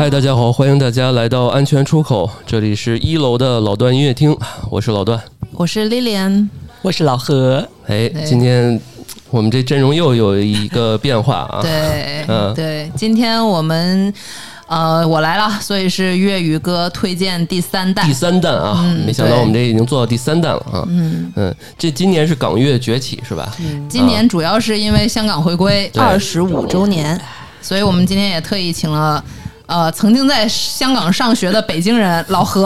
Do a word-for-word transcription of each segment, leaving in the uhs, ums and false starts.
嗨，大家好，欢迎大家来到安全出口，这里是一楼的老段音乐厅，我是老段， 我是 Lilian， 我是老何。 哎，今天我们这阵容又有一个变化啊。 对， 嗯， 对，今天我们呃我来了，所以是粤语歌推荐第三弹。 第三弹啊，嗯、没想到我们这已经做到第三弹了啊。嗯嗯，这今年是港乐崛起是吧？ 嗯，今年主要是因为香港回归二十五周年，所以我们今天也特意请了。呃，曾经在香港上学的北京人老何，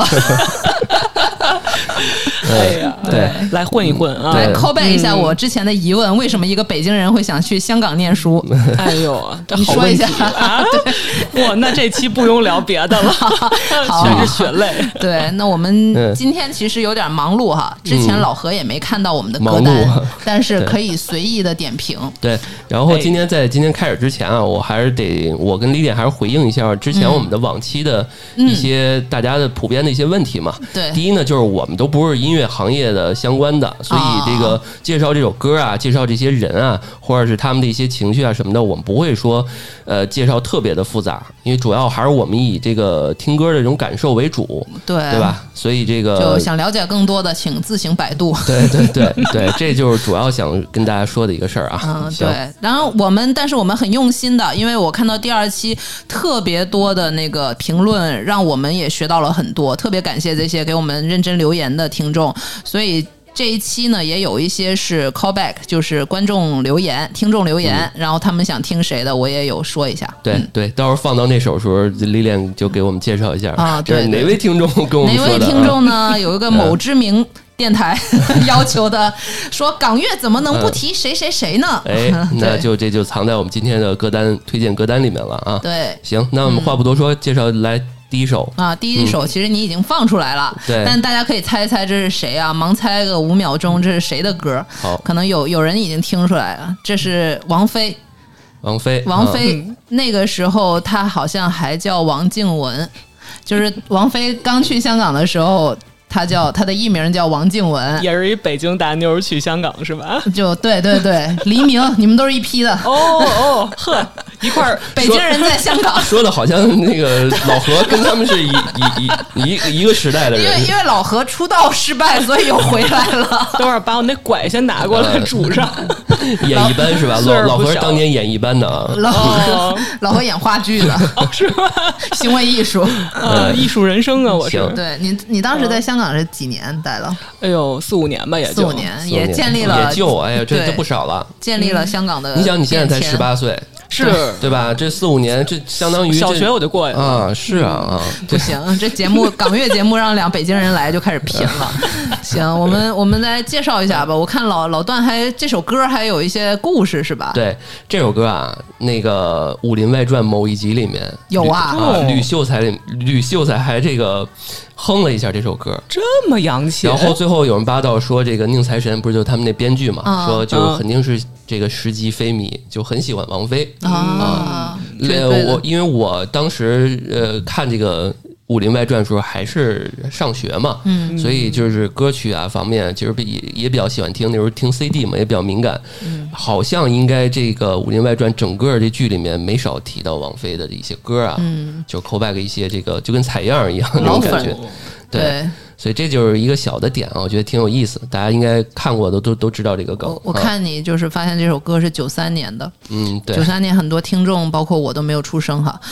哎呀， 对， 来混一混啊， 来 call back 一下我之前的疑问，为什么一个北京人会想去香港念书？ 哎呦，这你说一下啊！哇，那这期不用聊别的了，全是血泪。 对，那我们今天其实有点忙碌哈，之前老何也没看到我们的歌单，但是可以随意的点评。 对，然后今天在今天开始之前啊，我还是得我跟李典还是回应一下之前我们的往期的一些大家的普遍的一些问题嘛。 对， 第一呢，就是我们都不是音乐行业的相关的，所以这个介绍这首歌啊，介绍这些人啊，或者是他们的一些情绪啊什么的，我们不会说呃介绍特别的复杂，因为主要还是我们以这个听歌的这种感受为主， 对对吧？所以这个就想了解更多的，请自行百度。 对对对对，这就是主要想跟大家说的一个事儿啊。 嗯，对。然后我们，但是我们很用心的，因为我看到第二期特别多的那个评论，让我们也学到了很多，特别感谢这些给我们认真留言的听众，所以。这一期呢，也有一些是 callback， 就是观众留言、听众留言，嗯、然后他们想听谁的，我也有说一下。 对、嗯、对，到时候放到那首时候，李脸就给我们介绍一下啊。对， 哪位听众跟我们说的？ 哪位听众呢？有一个某知名电台要求的，说港乐怎么能不提谁谁谁呢？ 哎，那就这就藏在我们今天的歌单推荐歌单里面了啊。 对， 行，那我们话不多说，介绍来。第一首啊，第一首其实你已经放出来了， 嗯、对， 但大家可以猜一猜这是谁啊？盲猜个五秒钟，这是谁的歌？ 好， 可能有有人已经听出来了，这是王菲。 王菲， 王菲、 嗯、 那个时候她好像还叫王静雯，就是王菲刚去香港的时候。他叫他的艺名叫王静雯， 也是一北京大妞去香港是吧？ 就对对对，黎明，你们都是一批的。 哦哦，呵，一块儿北京人在香港， 说的好像那个老何跟他们是一一一一一个时代的人。 因为因为老何出道失败，所以又回来了。 等会儿把我那拐先拿过来拄上。 演艺班是吧？老老何当年演艺班的啊。 老何、哦、老何演话剧的， 哦、是吗？ 行为艺术， 呃，艺术人生啊，我是。 对你，你当时在香港是几年待了？ 哎呦，四五年吧，也就四五年，也建立了， 也就哎呀，这这不少了， 建立了香港的。 你想，你现在才十八岁。 是对吧？这四五年，这相当于小学我就过去了啊！是啊啊， 不行，这节目港乐节目让两北京人来就开始拼了。行，我们我们来介绍一下吧。我看老老段还这首歌还有一些故事是吧？ 对，这首歌啊，那个《武林外传》某一集里面有啊， 啊吕秀才吕秀才还这个。哼了一下这首歌， 这么洋气。 然后最后有人扒到说，这个宁财神不是就他们那编剧嘛，嗯、说就肯定是这个十级非迷，就很喜欢王菲啊。呃，我因为我当时呃看这个《武林外传》的时候还是上学嘛，嗯，所以就是歌曲啊方面，其实也也比较喜欢听，那时候听 C D 嘛，也比较敏感。嗯，好像应该这个《武林外传》整个这剧里面没少提到王菲的一些歌啊，嗯，就 call back 一些这个就跟采样一样那种感觉，对。 对， 所以这就是一个小的点啊，我觉得挺有意思，大家应该看过的都都知道这个梗。 我, 我看你就是发现这首歌是九三年的， 嗯，对， 九三年很多听众包括我都没有出生哈。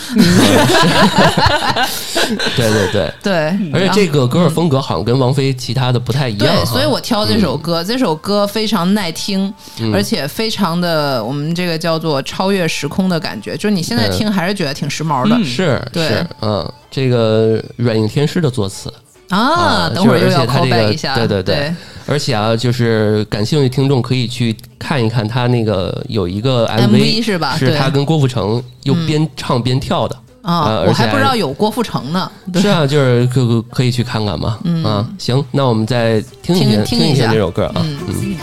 对对对对， 而且这个歌的风格好像跟王菲其他的不太一样。 对，所以我挑这首歌，嗯、这首歌非常耐听，嗯、而且非常的我们这个叫做超越时空的感觉，就是你现在听还是觉得挺时髦的。 嗯、是， 对， 是，嗯，这个软硬天师的作词。 啊，啊等会儿又要 call back 一下， 对对 对, 对，而且啊，就是感兴趣听众可以去看一看他那个有一个 M V 是吧？ 是他跟郭富城又边唱边跳的。 嗯、啊、呃，我还不知道有郭富城呢。 是啊，就是可可以去看看嘛。嗯啊，行，那我们再听一听听一听这首歌啊。 嗯。 嗯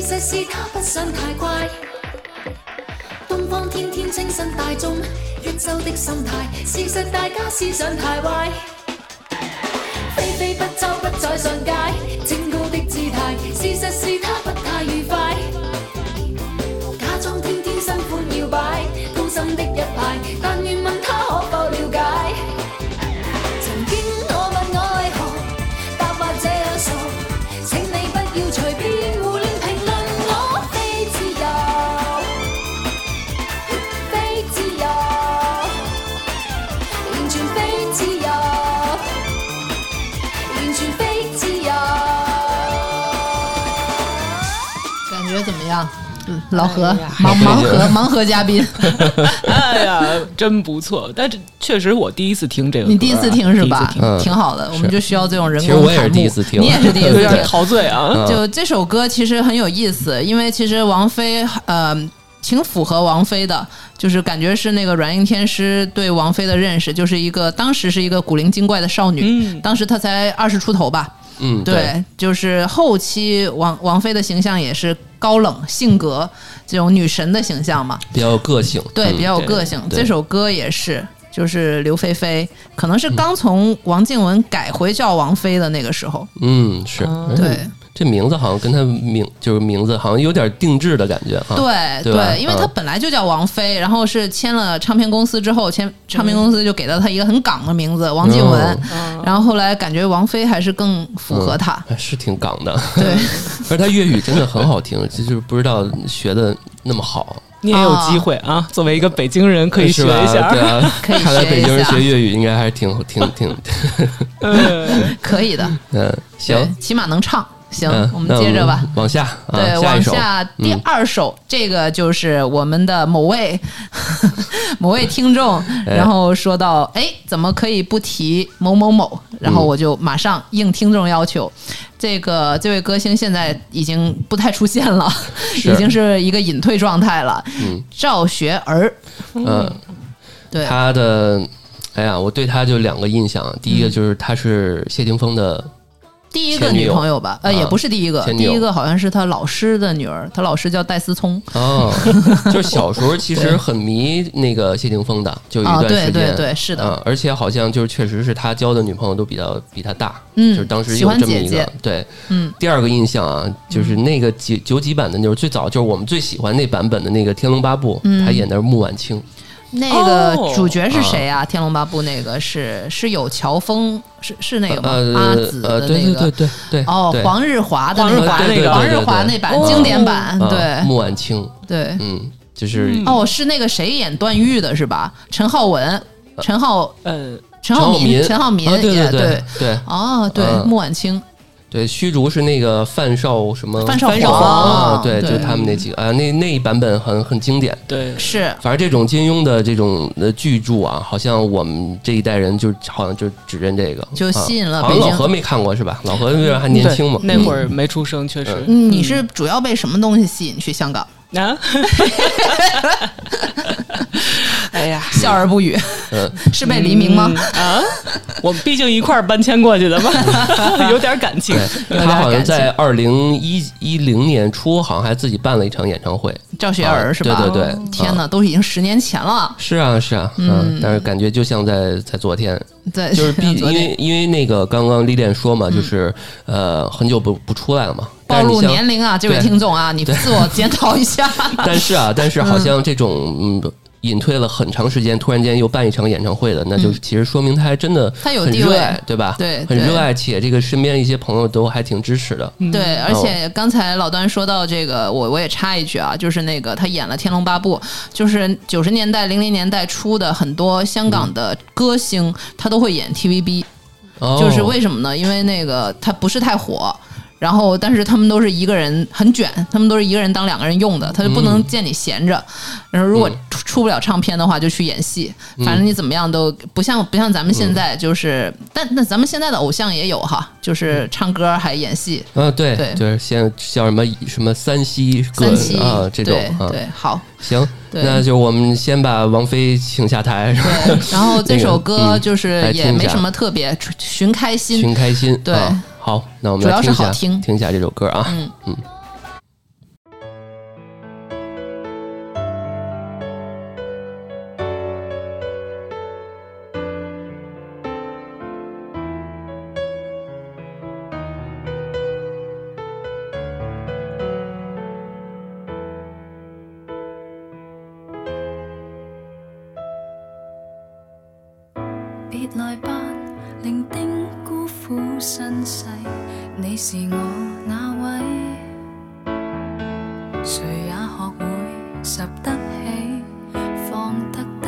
實是他不想太乖。東方天天清新大眾，一周的心態，事實大家思想太壞。非非不周不再上街，清高的姿態，事實是他不太愉快。假裝天天新歡搖擺，高深的一派，但願問他可否了解。曾經我問我為何答話這樣傻，請你不要隨便胡亂評論我。非自由，非自由，完全非自由，完全非自由。 感觉怎么样？老何，哎、盲盲盒盲盒嘉宾， 哎呀，真不错。但是确实我第一次听这个歌， 你第一次听是吧？ 听嗯、挺好的，我们就需要这种人工。 其实我也是第一次听， 你也是第一次听， 陶醉啊！ 就这首歌其实很有意思，因为其实王菲呃挺符合王菲的，就是感觉是那个软硬天师对王菲的认识，就是一个当时是一个古灵精怪的少女，嗯、当时她才二十出头吧。 嗯， 对，对就是后期王王菲的形象也是高冷性格这种女神的形象嘛， 比较有个性， 对， 嗯、 比较有个性。这首歌也是，就是刘菲菲，可能是刚从王静雯改回叫王菲的那个时候。 嗯，是， 嗯、对。 这名字好像跟他名就是名字好像有点定制的感觉哈。 对对, 对，因为他本来就叫王菲，嗯、然后是签了唱片公司之后，签唱片公司就给了他一个很港的名字、嗯、王静雯，嗯、然后后来感觉王菲还是更符合他， 嗯、是挺港的。 对， 而他粤语真的很好听，就是不知道学的那么好。 你也有机会啊！作为一个北京人，可以学一下。 对啊， 可以学一下。 看来北京人学粤语应该还是挺挺挺， 嗯，可以的。 嗯，行， 起码能唱。行， 嗯、 我们接着吧。 往下， 对， 啊、 往下第二首、嗯，这个就是我们的某位某位听众，然后说到，哎，怎么可以不提某某某？然后我就马上应听众要求，嗯、这个这位歌星现在已经不太出现了，已经是一个隐退状态了。嗯，赵学而， 嗯， 对， 他的，哎呀，我对他就两个印象，第一个就是他是谢霆锋的。 第一个女朋友吧，呃，也不是第一个，第一个好像是他老师的女儿，他老师叫戴思聪。 哦，就是小时候其实很迷那个谢霆锋的，就有一段时间， 哦、对对对，是的、 嗯，而且好像就是确实是他交的女朋友都比较比他大， 嗯， 就是当时有这么一个， 姐姐对， 嗯。 第二个印象啊，就是那个九九几版的，就是最早就是我们最喜欢那版本的那个《天龙八部》，嗯，他演的是穆婉清。 那个主角是谁啊？哦、天龙八部那个是是有乔峰，是是那个吗？ 呃、 阿紫的那个， 对对对对对。 哦，黄日华的那个， 那个黄日华那版经典版， 哦、 对， 穆婉清， 对， 嗯，就是哦，是那个谁演段誉的是吧？陈浩文，陈浩， 呃， 陈浩民，陈浩民， 对对对对， 哦，对，穆婉清。 对，虚竹是那个范少什么？ 范少皇、 啊， 对，就他们那几个啊，那那一版本很很经典。 对， 是。 反正这种金庸的这种的巨著啊，好像我们这一代人就好像就只认这个， 就吸引了北京。好像老何没看过是吧？老何那还年轻嘛， 那会儿没出生，确实。 嗯，你是主要被什么东西吸引去香港？ 啊！哎呀， 笑而不语。嗯，是被黎明吗？ 嗯、啊，我们毕竟一块儿搬迁过去的嘛，有点感情。 他好像在二零一一零年初，好像还自己办了一场演唱会。 赵学而是吧？ 对对对， 天哪，都已经十年前了。 是啊是啊，嗯，但是感觉就像在在昨天。 对， 就是毕因为因为那个刚刚历练说嘛，就是呃很久不不出来了嘛。 暴露年龄啊，这位听众啊，你自我检讨一下。 但是啊，但是好像这种嗯。隐退了很长时间，突然间又办一场演唱会的，那就其实说明他还真的很热爱，对吧？ 对， 很热爱，且这个身边一些朋友都还挺支持的。 对，而且刚才老段说到这个，我我也插一句啊，就是那个他演了《天龙八部》，就是九十年代、零零年代初的很多香港的歌星，嗯、他都会演 T V B， 哦、 就是为什么呢？因为那个他不是太火。然后，但是他们都是一个人很卷，他们都是一个人当两个人用的，他就不能见你闲着。然后，如果出不了唱片的话，就去演戏。反正你怎么样都不像不像咱们现在，就是，嗯、但那咱们现在的偶像也有哈，就是唱歌还演戏。 啊，对对， 就是现叫什么什么三栖歌三栖啊这种对对，好， 行，那就我们先把王菲请下台。 对，然后这首歌就是也没什么特别，寻开心， 寻开心， 对。 好，那我们来听一下，听一下这首歌啊，嗯嗯。 別來吧，伶仃孤苦身世，你是我那位，誰也學會拾得起放得低，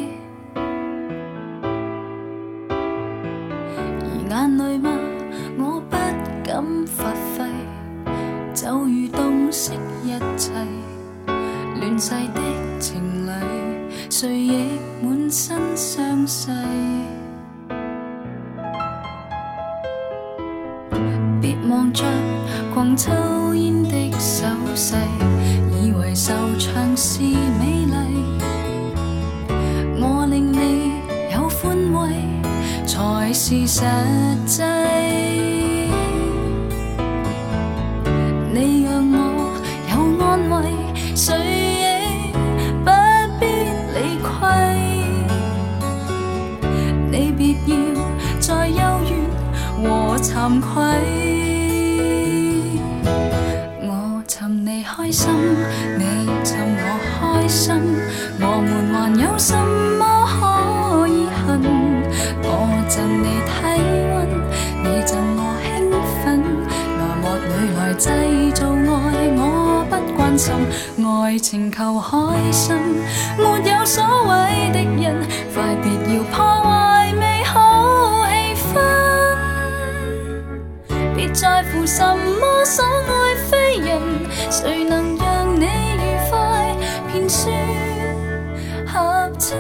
而眼淚嗎我不敢發揮，就如洞悉一切亂世的情侶，誰亦滿身傷勢，別望着狂抽煙的手勢，以為受長是美麗，我令你有寬慰才是實際，你讓我有安慰，誰亦不必理虧，你別要再幽怨和慚愧，我尋你開心，你尋我開心，我們還有什麼可以恨，我贈你體溫，你贈我興奮，來幕裏來製造愛，我不關心，愛情求開心，沒有所謂的人，快別要破壞美好氣氛，別在乎什麼所愛非人，誰能讓你愉快便算合襯。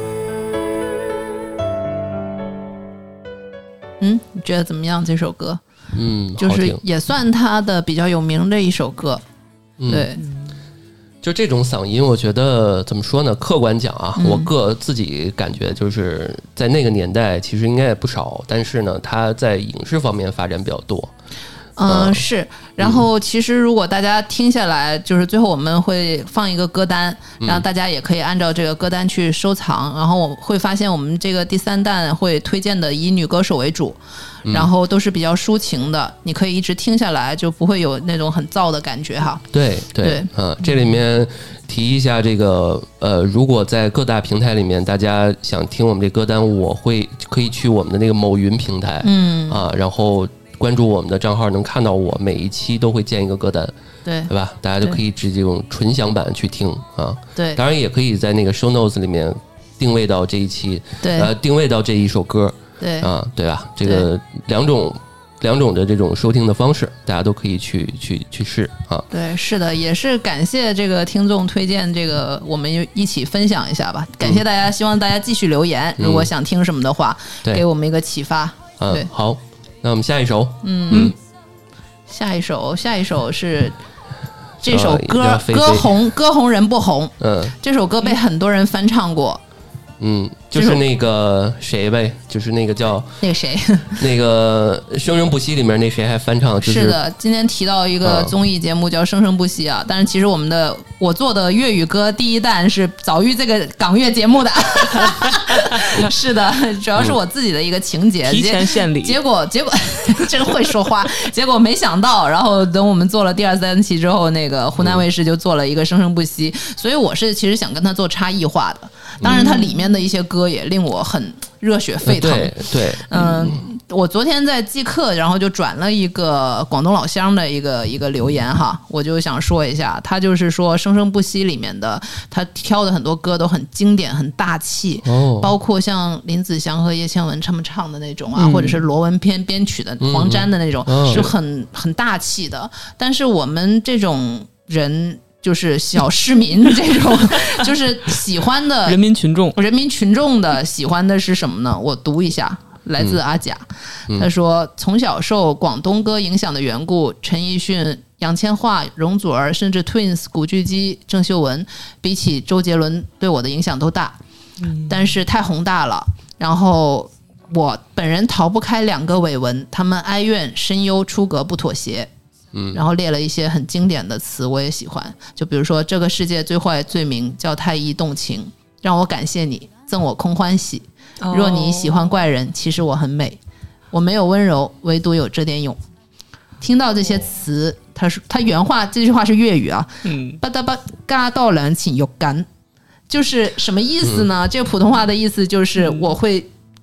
嗯，你觉得怎么样？这首歌， 嗯， 就是也算他的比较有名的一首歌。 嗯、 对， 就这种嗓音，我觉得怎么说呢？客观讲啊，嗯、我个自己感觉就是在那个年代，其实应该也不少，但是呢，他在影视方面发展比较多。 嗯、呃，是。然后其实如果大家听下来，就是最后我们会放一个歌单，然后大家也可以按照这个歌单去收藏。然后我会发现我们这个第三弹会推荐的以女歌手为主，然后都是比较抒情的，你可以一直听下来，就不会有那种很燥的感觉哈。 对对，嗯、呃，这里面提一下这个呃，如果在各大平台里面大家想听我们这歌单，我会可以去我们的那个某云平台，嗯啊，然后关注我们的账号，能看到我每一期都会建一个歌单，对对吧？大家就可以直接用纯享版去听啊。对，当然也可以在那个 show notes 里面定位到这一期，对，呃，定位到这一首歌，对啊，对吧？这个两种两种的这种收听的方式，大家都可以去去去试啊。 对，是的，也是感谢这个听众推荐这个，我们一起分享一下吧。感谢大家，嗯、希望大家继续留言，如果想听什么的话，嗯、给我们一个启发。 嗯， 对， 好。那我们下一首， 嗯，嗯下一首，下一首是这首歌，呃、飞飞歌红，歌红人不红。嗯，这首歌被很多人翻唱过。 嗯，就是那个谁呗，就是那个叫那个谁， 那个《生生不息》里面那谁还翻唱，就是、 是的。今天提到一个综艺节目叫《生生不息》啊，但是其实我们的我做的粤语歌第一弹是早于这个港乐节目的，是的，主要是我自己的一个情节， 提前献礼， 结果结果真会说话，结果没想到，然后等我们做了第二三期之后，那个湖南卫视就做了一个《生生不息》，所以我是其实想跟他做差异化的，当然它里面的一些歌也令我很热血沸腾。 对对， 嗯，我昨天在即刻，然后就转了一个广东老乡的一个一个留言哈，我就想说一下，他就是说《生生不息》里面的他挑的很多歌都很经典、很大气，哦，包括像林子祥和叶倩文他们唱的那种啊，嗯、或者是罗文编编曲的黄沾的那种，嗯、是很很大气的。但是我们这种人。就是小市民这种，就是喜欢的人民群众， 人民群众的喜欢的是什么呢？我读一下，来自阿甲，嗯、他说：从小受广东歌影响的缘故，陈奕迅、杨千嬅、容祖儿，甚至 Twins、古巨基、郑秀文，比起周杰伦对我的影响都大，嗯、但是太宏大了。然后我本人逃不开两个伪文，他们哀怨、深忧、出格、不妥协。嗯，然后列了一些很经典的词，我也喜欢，就比如说这个世界最坏罪名叫太易动情，让我感谢你，赠我空欢喜。若你喜欢怪人，其实我很美，我没有温柔，唯独有这点勇。听到这些词，他说他原话这句话是粤语啊，嗯，巴达巴嘎到两请有干，就是什么意思呢？嗯、这个普通话的意思就是我会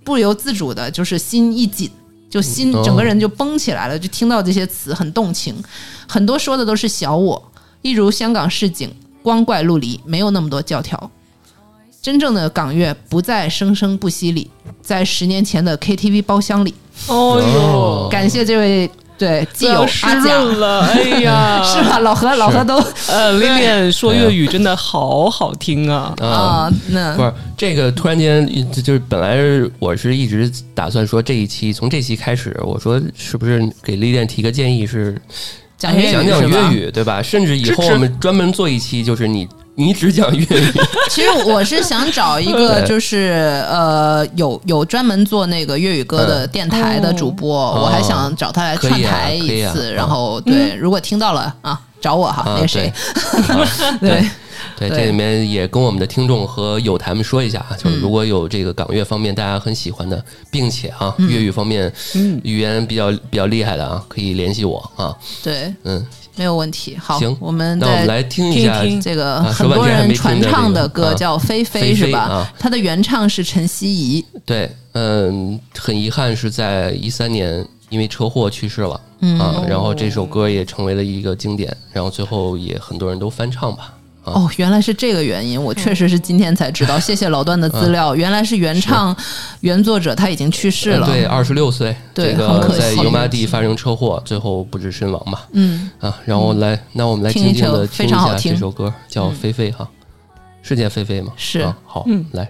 不由自主的就是心一紧，就心整个人就绷起来了，就听到这些词很动情，很多说的都是小我，一如香港市井，光怪陆离，没有那么多教条。真正的港乐不在生生不息里，在十年前的 K T V 包厢里。 哦哟， 感谢这位对基友阿甲了，哎呀， 是吧？老何老何都呃，Lilian说粤语真的好好听啊啊！那不是这个，突然间就是本来我是一直打算说这一期从这期开始，我说是不是给 Lilian 提个建议是讲粤语， 讲讲粤语，对吧？甚至以后我们专门做一期，就是你。你只讲粤语， 其实我是想找一个就是呃有有专门做那个粤语歌的电台的主播，嗯、我还想找他来串台一次， 啊啊、 然后对、嗯，如果听到了啊，找我哈，那个谁， 对。对，这里面也跟我们的听众和友台们说一下啊，就是如果有这个港乐方面大家很喜欢的，并且啊粤语方面语言比较比较厉害的啊，可以联系我啊。 对， 嗯， 没有问题。好， 行， 我们那我们来听一下这个很多人传唱的歌，叫《菲菲》是吧？它的原唱是陈希怡。 对，嗯，很遗憾是在一三年因为车祸去世了啊，然后这首歌也成为了一个经典，然后最后也很多人都翻唱吧。 哦，原来是这个原因，我确实是今天才知道。谢谢老段的资料，原来是原唱原作者他已经去世了， 对，二十六岁， 对， 这个在油麻地发生车祸，最后不治身亡嘛。 嗯啊，然后来，那我们来静静的听一下这首歌，叫《菲菲》哈，是叫菲菲吗？ 是， 啊、好， 嗯， 来。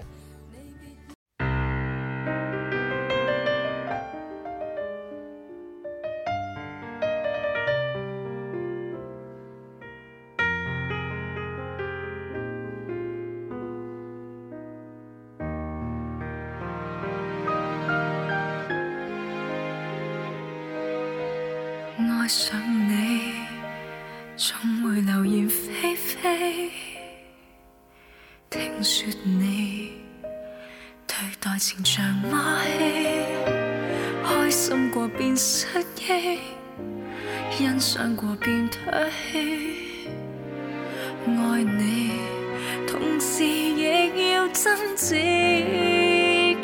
愛上你，總會流言飛飛。聽說你對待情像馬戲，開心過便失憶，欣賞過便唾棄。愛你，同時亦要真自己。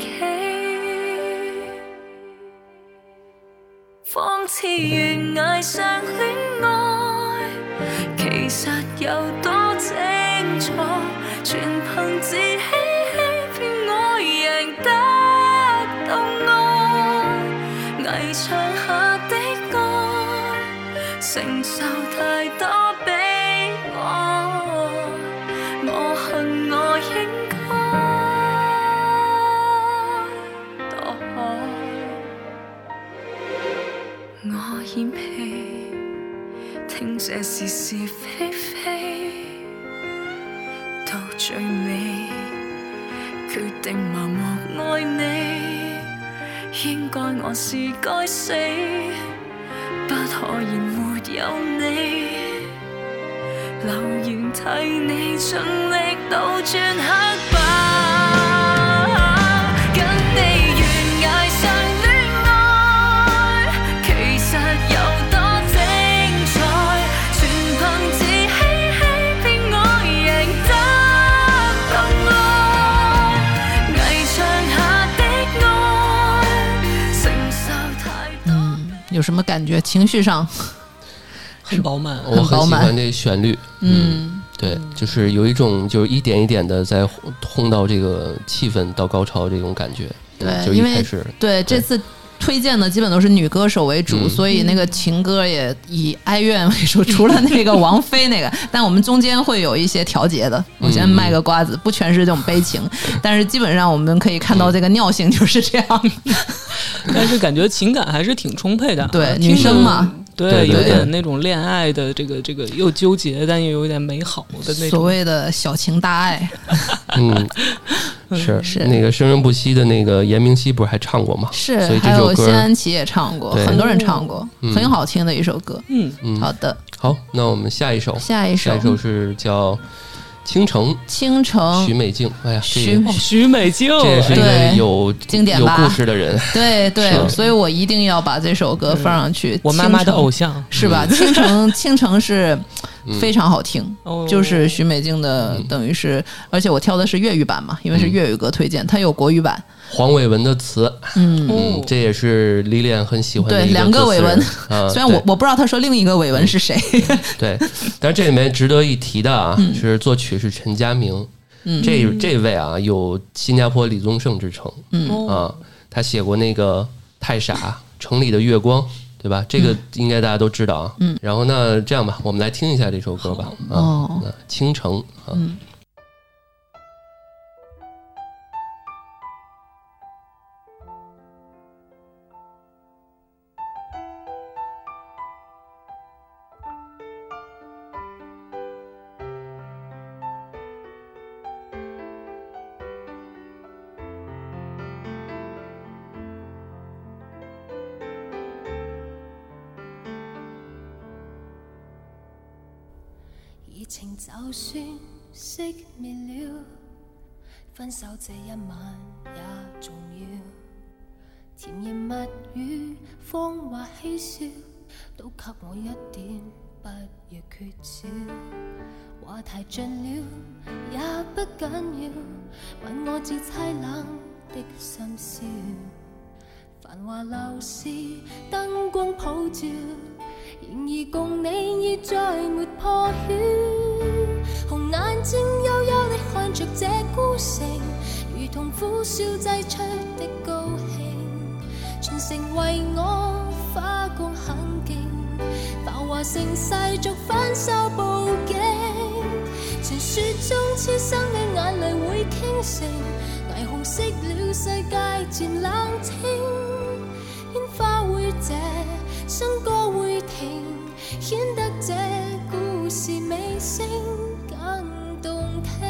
仿似懸崖上戀愛，其實有多精彩，全憑自欺欺騙我贏得到愛，危牆下的愛，承受太多悲哀，我恨我應該墮海。我演戲，聽這是是非非，到最尾決定盲目愛你，應該我是該死，不可言沒有你，留言替你盡力倒轉黑白。 有什么感觉？情绪上很饱满， 我很喜欢这旋律。 嗯， 嗯对，就是有一种就是一点一点的在烘到这个气氛到高潮这种感觉。 对， 就一开始对这次推荐的基本都是女歌手为主，嗯、所以那个情歌也以哀怨为主，除了那个王菲那个，但我们中间会有一些调节的。我先卖个瓜子，不全是这种悲情，但是基本上我们可以看到这个尿性就是这样。 但是感觉情感还是挺充沛的， 对，女生嘛。 对， 对对对有点那种恋爱的这个这个又纠结，但又有点美好的那种所谓的小情大爱。 嗯，是是那个生生不息的那个严明熙不是还唱过吗？ 是， 所以这还有首歌谢安琪也唱过，很多人唱过， 嗯、 很好听的一首歌。 嗯嗯， 好的， 好，那我们下一首， 下一首， 下一首是叫。倾城， 倾城， 许美静，哎呀， 许哦许美静， 这也是一个有经典吧有故事的人， 对对，所以我一定要把这首歌放上去。 我妈妈的偶像是吧？倾城，倾城是非常好听， 嗯、 就是许美静的，嗯、等于是，而且我挑的是粤语版嘛，因为是粤语歌推荐，它有国语版。 黄伟文的词，嗯，嗯这也是李恋很喜欢的一个对两个伟文， 啊、 虽然我我不知道他说另一个伟文是谁， 嗯、对，但是这里面值得一提的啊，嗯、是作曲是陈佳明，嗯，这这位啊有新加坡李宗盛之称，嗯啊，他写过那个太傻、城里的月光，对吧？这个应该大家都知道啊，嗯，然后那这样吧，我们来听一下这首歌吧，啊， 哦， 倾城啊。嗯熱情就算熄滅了，分手這一晚也重要。甜言蜜語、謊話嬉笑，都給我一點不若缺少。話題盡了也不緊要，問我自凄冷的心笑。繁華樓市燈光普照，然而共你已再沒破曉。紅眼睛幽幽地看着這孤城，如同苦笑擠出的高興，全城為我花光很勁，繁華城世俗反手報警。傳說中痴心的眼淚會傾城，霓虹熄了世界漸冷清，煙花會謝，笙歌會停，顯得這故事尾聲更動聽。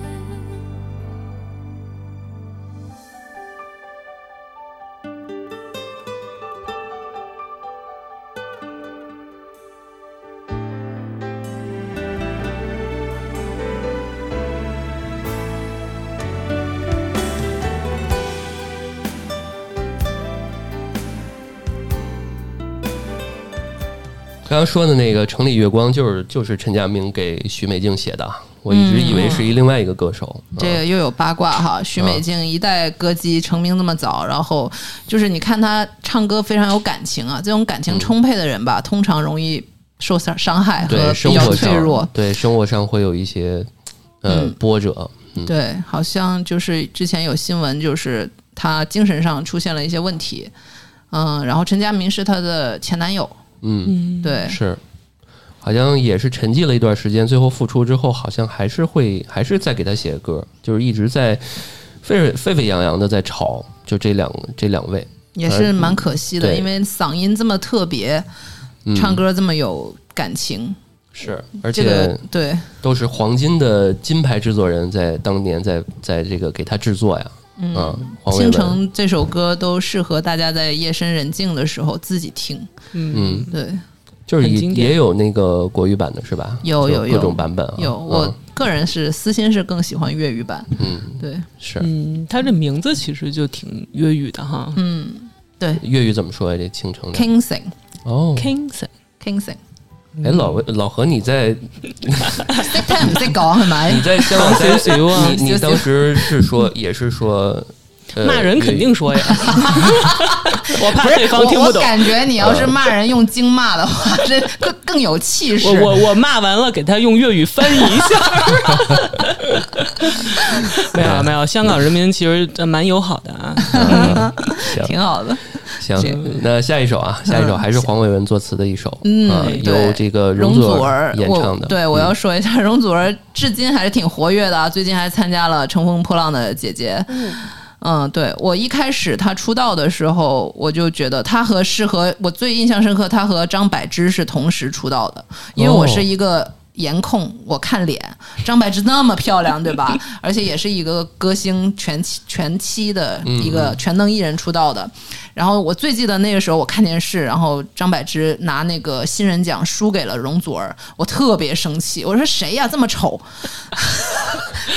刚刚说的那个《城里月光》就是就是陈佳明给许美静写的，我一直以为是一另外一个歌手。 嗯、这个又有八卦哈，许美静一代歌姬成名这么早，然后就是你看她唱歌非常有感情啊，这种感情充沛的人吧，嗯、通常容易受伤害和比较脆弱， 对生活上会有一些呃、嗯、波折。 嗯、对，好像就是之前有新闻，就是她精神上出现了一些问题，嗯，然后陈佳明是她的前男友。 嗯， 对， 是，好像也是沉寂了一段时间，最后复出之后，好像还是会，还是在给他写歌，就是一直在沸沸沸扬扬的在炒，就这两这两位， 也是蛮可惜的，因为嗓音这么特别，嗯、唱歌这么有感情， 是，而且、 这个、对， 都是黄金的金牌制作人在当年在在这个给他制作呀。 嗯，《倾城》这首歌都适合大家在夜深人静的时候自己听。 嗯， 对， 就是也也有那个国语版的是吧？ 有有有各种版本啊。 有，我个人是私心是更喜欢粤语版。 嗯， 对， 是。 嗯，它这名字其实就挺粤语的哈。 嗯，对。 粤语怎么说呀？这倾城 ？Kingsing。 哦 ，Kingsing，Kingsing。 哎，老老何，你在識聽唔識講係咪？ 你在香港少少啊？你你當時是說，也是說，呃、 罵人肯定說呀。我怕對方聽不懂。 我, 我感覺你要是罵人用京罵的話，這更更有氣勢。 我我我罵完了，給他用粵語翻譯一下。沒有沒有，香港人民其實蠻友好的啊， 嗯、挺好的。 行，那下一首啊，下一首还是黄伟文作词的一首， 嗯， 啊、由这个容祖儿演唱的。 我对，我要说一下，容祖儿至今还是挺活跃的啊，最近还参加了《乘风破浪的姐姐》。嗯，嗯，对，我一开始她出道的时候，我就觉得她和是和我最印象深刻，她和张柏芝是同时出道的，因为我是一个。哦颜控，我看脸，张柏芝那么漂亮，对吧？而且也是一个歌星全期全期的一个全能艺人出道的。然后我最记得那个时候，我看电视，然后张柏芝拿那个新人奖输给了容祖儿，我特别生气，我说谁呀、啊、这么丑？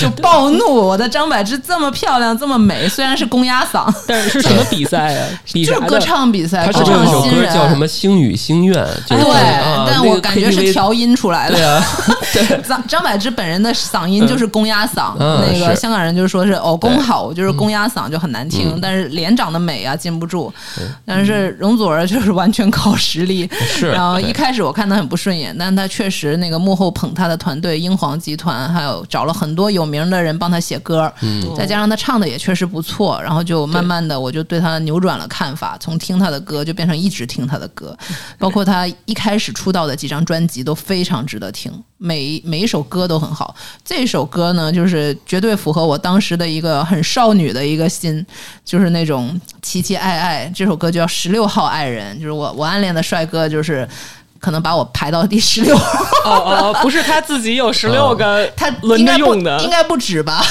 就暴怒，我的张柏芝这么漂亮这么美，虽然是公鸭嗓， 但是是什么比赛啊？比就是歌唱比赛， 他是有一首歌叫什么星语心愿， 对、啊、但我感觉是调音出来的。 对啊，对张张柏芝本人的嗓音就是公鸭嗓、嗯、那个香港人就说是哦公好就是公鸭嗓就很难听、嗯、但是脸长得美啊禁不住、嗯、但是容祖儿就是完全靠实力， 是然后一开始我看他很不顺眼，但他确实那个幕后捧他的团队英皇集团还有找了很多有名的人帮他写歌、嗯、再加上他唱的也确实不错，然后就慢慢的我就对他扭转了看法，从听他的歌就变成一直听他的歌，包括他一开始出道的几张专辑都非常值得听，每每一首歌都很好。这首歌呢就是绝对符合我当时的一个很少女的一个心，就是那种期期爱爱，这首歌就叫十六号爱人，就是我我暗恋的帅哥就是可能把我排到第十六号。 哦哦，不是他自己有十六个、哦， 他轮着用的， 应该不止吧？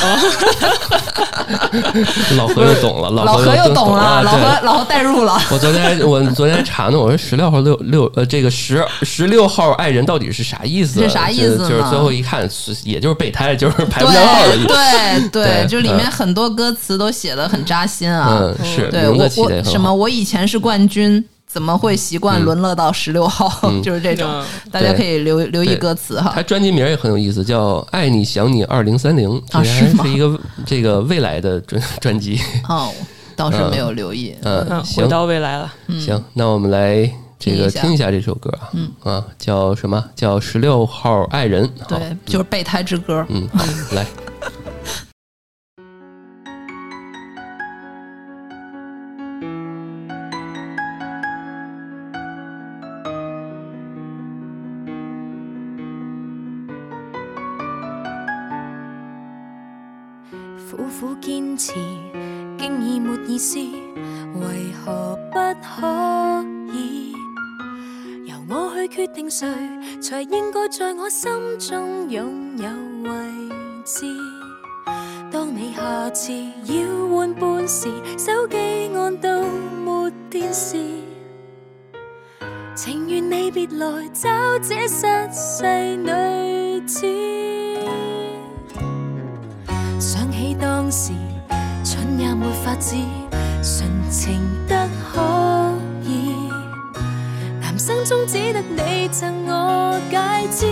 老何又懂了， 老何又懂了，老何老何代入了。 我昨天我昨天查呢，我说十六号六六呃，这个十十六号爱人到底是啥意思？ 是啥意思呢？ 就是最后一看，也就是备胎，就是排不上号的意思。 对对对，就里面很多歌词都写得很扎心啊。 嗯，是， 对我我什么我以前是冠军。怎么会习惯沦落到十六号、嗯、就是这种、嗯、大家可以留留意歌词哈。 他专辑名也很有意思，叫爱你想你二零三零， 啊是吗？ 是一个这个未来的专专辑哦，倒是没有留意。 嗯， 嗯回到未来了。 行，那我们来这个听一下这首歌啊，嗯啊，叫什么？叫十六号爱人。 对，就是备胎之歌。 嗯，好，来。 苦苦堅持，竟已沒意思，為何不可以由我去決定誰才應該在我心中擁有位置？當你下次要換伴時，手機按到沒電視，情願你別來找這失勢女子。想起當時蠢也沒法子，純情得可以，男生中只得你贈我戒指。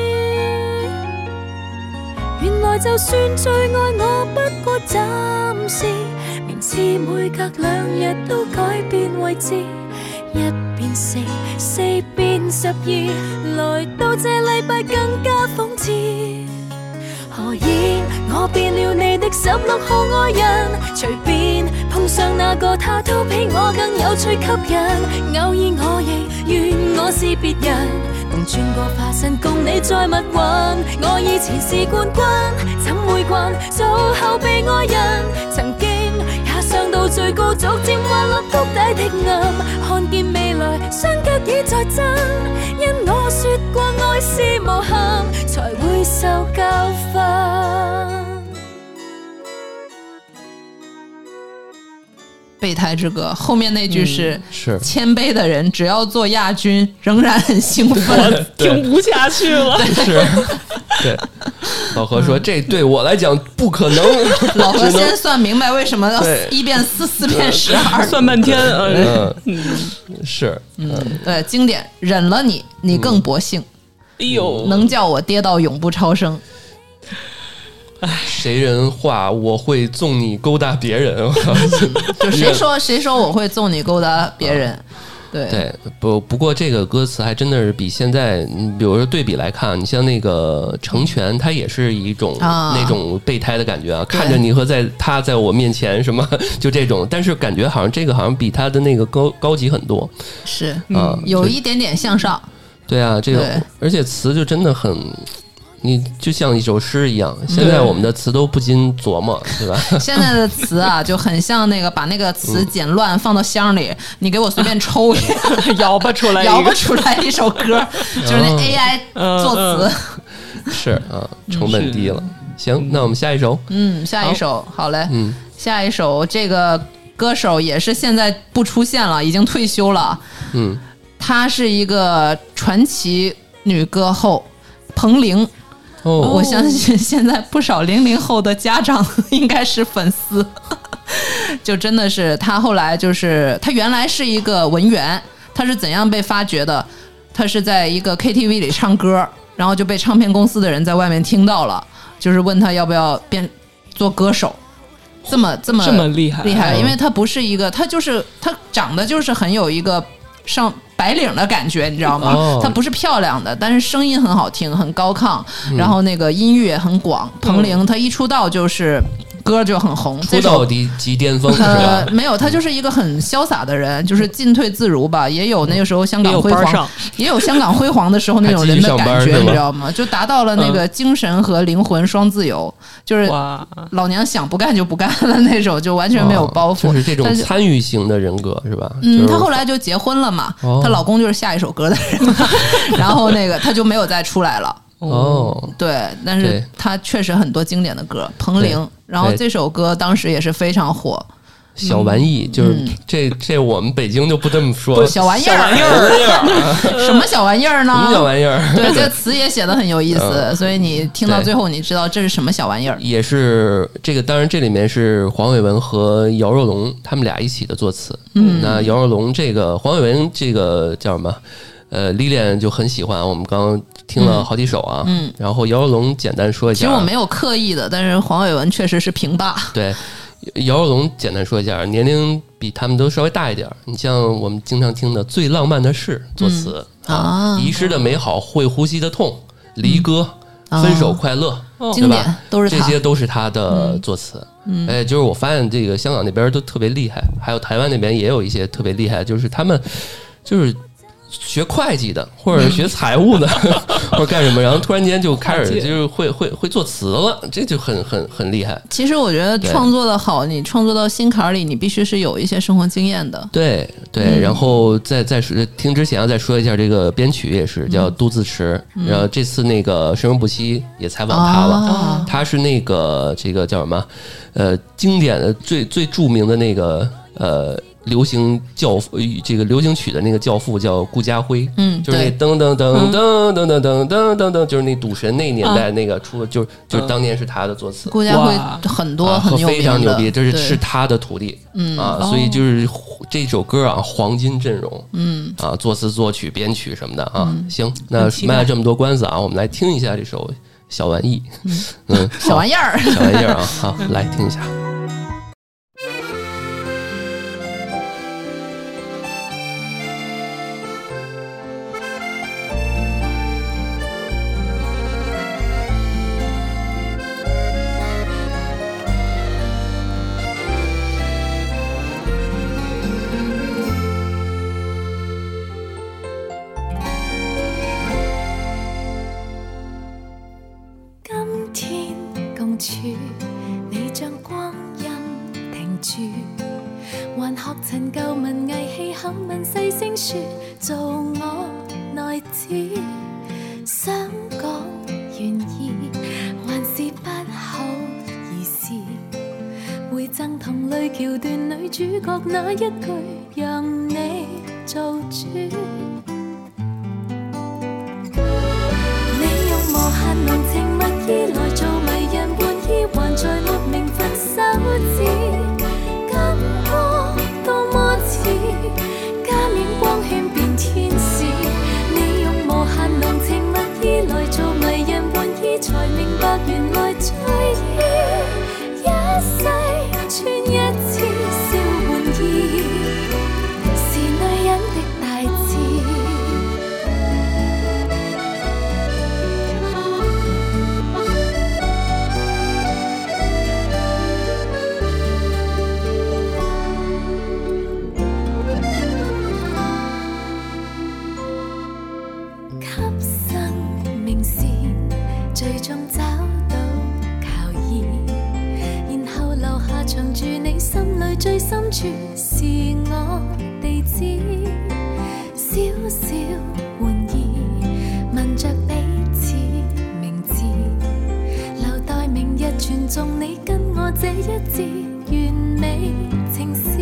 原來就算最愛我，不過暫時，名次每隔兩日都改變位置，一變四，四變十二，來到這禮拜更加諷刺。何以我變了你的十六號愛人？隨便碰上那個他都比我更有趣吸引。偶爾我亦願我是別人，能轉個化身共你再密雲。我以前是冠軍，怎會慣做後備愛人？曾經也上到最高，逐漸滑落谷底的暗，看見未來雙腳已在震，因我說過愛是無憾，才會受教訓。 备胎之歌后面那句是、 嗯、是谦卑的人只要做亚军仍然很兴奋， 我听不下去了。 是，对，老何说、嗯、这对我来讲不可能。 老何先算明白为什么要一变四四变十二， 算半天。 嗯，嗯是， 嗯，对，经典，忍了你，你更薄幸。 哎呦， 能叫我跌到永不超生。 谁人话我会纵你勾搭别人？ 就谁说谁说我会纵你勾搭别人？啊、对对，不不过这个歌词还真的是比现在，比如说对比来看，你像那个成全，它也是一种、啊、那种备胎的感觉啊，看着你和在他在我面前什么就这种，但是感觉好像这个好像比他的那个高高级很多， 是啊、嗯，有一点点向上。 对啊，这个而且词就真的很。你就像一首诗一样，现在我们的词都不禁琢磨，对吧？ 现在的词啊，就很像那个把那个词剪乱放到箱里，嗯、你给我随便抽一个， 摇不出来， 摇不出来一首歌，就是那 A I 作词。 嗯、是啊，成本低了。行，那我们下一首。 嗯，下一首，好, 好嘞。嗯，下一首这个歌手也是现在不出现了，已经退休了。 嗯， 她是一个传奇女歌后彭羚。 哦， 我相信现在不少零零后的家长应该是粉丝。就真的是他后来就是他原来是一个文员，他是怎样被发掘的？他是在一个 K T V 里唱歌，然后就被唱片公司的人在外面听到了，就是问他要不要变做歌手。这么这么这么厉害厉害，因为他不是一个，他就是他长得就是很有一个上白领的感觉，你知道吗？ 哦、 他不是漂亮的，但是声音很好听，很高亢，嗯、然后那个音域也很广。彭羚他一出道就是歌就很红， 出道即即巅峰。 呃，没有，他就是一个很潇洒的人，就是进退自如吧。也有那个时候香港辉煌，也有香港辉煌的时候那种人的感觉，你知道吗？就达到了那个精神和灵魂双自由，就是老娘想不干就不干了那种，就完全没有包袱。 就是这种参与型的人格是吧？ 嗯，她后来就结婚了嘛， 哦、 她老公就是下一首歌的人，然后那个她就没有再出来了。 哦， 对，但是她确实很多经典的歌，彭羚。然后这首歌当时也是非常火。 小玩意、嗯、就是这这我们北京就不这么说， 小玩意儿， 小玩意儿，什么小玩意儿呢？ 什么小玩意儿？ 对，这词也写得很有意思，嗯、所以你听到最后，你知道这是什么小玩意儿？ 也是这个，当然这里面是黄伟文和姚若龙他们俩一起的作词。嗯，那姚若龙这个黄伟文这个叫什么？呃，历练就很喜欢，我们刚刚听了好几首啊。嗯，然后姚若龙简单说一下， 其实我没有刻意的，但是黄伟文确实是评霸。 对。姚若龙简单说一下，年龄比他们都稍微大一点。你像我们经常听的《最浪漫的事》作词、嗯、啊，遗失的美好，会呼吸的痛，离歌、嗯、分手快乐， 哦、经典都是他， 这些都是他的作词。嗯，哎，就是我发现这个香港那边都特别厉害，还有台湾那边也有一些特别厉害，就是他们就是学会计的，或者学财务的，或者干什么，然后突然间就开始就是会会会作词了，这就很很很厉害。 其实我觉得创作的好，你创作到心坎里，你必须是有一些生活经验的。对对，嗯、然后再再说听之前要再说一下，这个编曲也是叫杜自持，嗯、然后这次那个生人不息也采访他了，哦、他是那个这个叫什么呃经典的最最著名的那个呃。流行教父，这个流行曲的那个教父叫顾嘉辉，嗯，就是那噔噔噔噔噔噔噔噔噔噔，就是那赌神那年代那个出的，就就是当年是他的作词。 顾嘉辉很多很非常牛逼，这是是他的徒弟，嗯啊，所以就是这首歌啊，黄金阵容，嗯啊，作词作曲编曲什么的啊，行，那卖了这么多关子啊，我们来听一下这首小玩意，嗯， 小玩意儿， 小玩意儿啊，好，来听一下。 那一句讓你做主，你用無限濃情蜜意來做迷人玩意，還在沒名分手指，感覺多麼似加冕光圈變天使。你用無限濃情蜜意來做迷人玩意，才明白原來醉意一世穿一次。是女人的大志。給生命線，最終找到靠義，然後留下藏住你心裏最深處。是我地址，小小玩意，問着彼此名字，留待明日傳頌你跟我這一字完美情詩。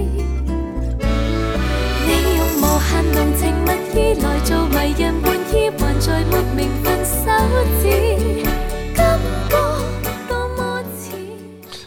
你用無限濃情蜜意來做迷人玩意，還在沒名分手指。